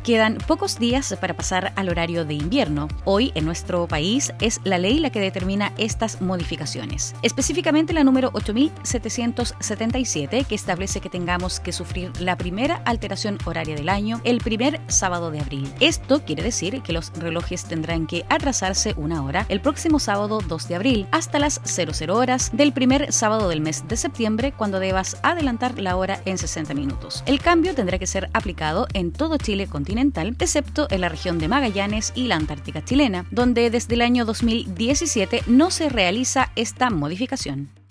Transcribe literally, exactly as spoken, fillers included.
Quedan pocos días para pasar al horario de invierno. Hoy, en nuestro país, es la ley la que determina estas modificaciones. Específicamente la número ocho mil setecientos setenta y siete, que establece que tengamos que sufrir la primera alteración horaria del año el primer sábado de abril. Esto quiere decir que los relojes tendrán que atrasarse una hora el próximo sábado dos de abril hasta las cero cero horas del primer sábado del mes de septiembre, cuando debas adelantar la hora en sesenta minutos. El cambio tendrá que ser aplicado en todo Chile continental, excepto en la región de Magallanes y la Antártica chilena, donde desde el año dos mil diecisiete no se realiza esta modificación.